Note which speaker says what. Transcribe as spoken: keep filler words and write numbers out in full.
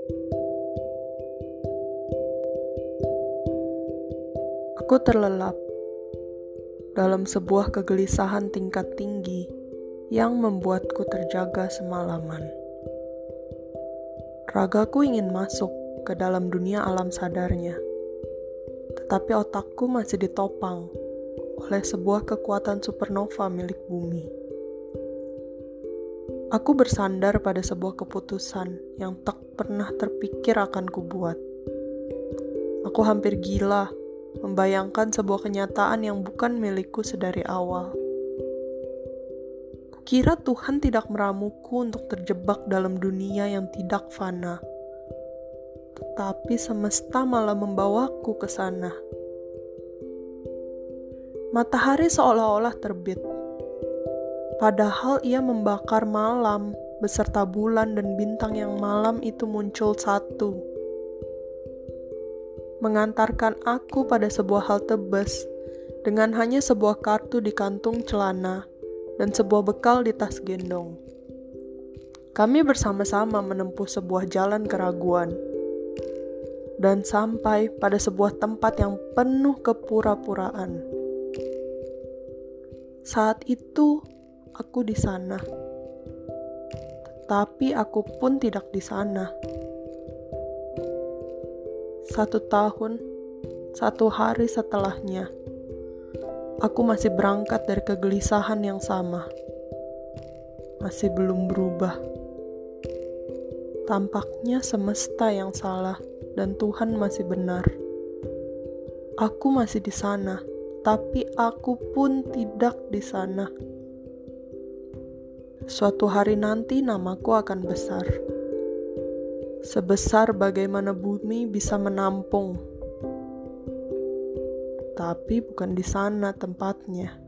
Speaker 1: Aku terlelap dalam sebuah kegelisahan tingkat tinggi yang membuatku terjaga semalaman. Ragaku ingin masuk ke dalam dunia alam sadarnya, tetapi otakku masih ditopang oleh sebuah kekuatan supernova milik bumi. Aku bersandar pada sebuah keputusan yang tak pernah terpikir akan kubuat. Aku hampir gila membayangkan sebuah kenyataan yang bukan milikku sedari awal. Kukira Tuhan tidak meramuku untuk terjebak dalam dunia yang tidak fana, tetapi semesta malah membawaku ke sana. Matahari seolah-olah terbit, padahal ia membakar malam beserta bulan dan bintang yang malam itu muncul satu, mengantarkan aku pada sebuah halte bus dengan hanya sebuah kartu di kantung celana dan sebuah bekal di tas gendong. Kami bersama-sama menempuh sebuah jalan keraguan dan sampai pada sebuah tempat yang penuh kepura-puraan. Saat itu aku di sana, tetapi aku pun tidak di sana. Satu tahun, satu hari setelahnya, aku masih berangkat dari kegelisahan yang sama. Masih belum berubah. Tampaknya semesta yang salah dan Tuhan masih benar. Aku masih di sana, tapi aku pun tidak di sana. Suatu hari nanti namaku akan besar. Sebesar bagaimana bumi bisa menampung. Tapi bukan di sana tempatnya.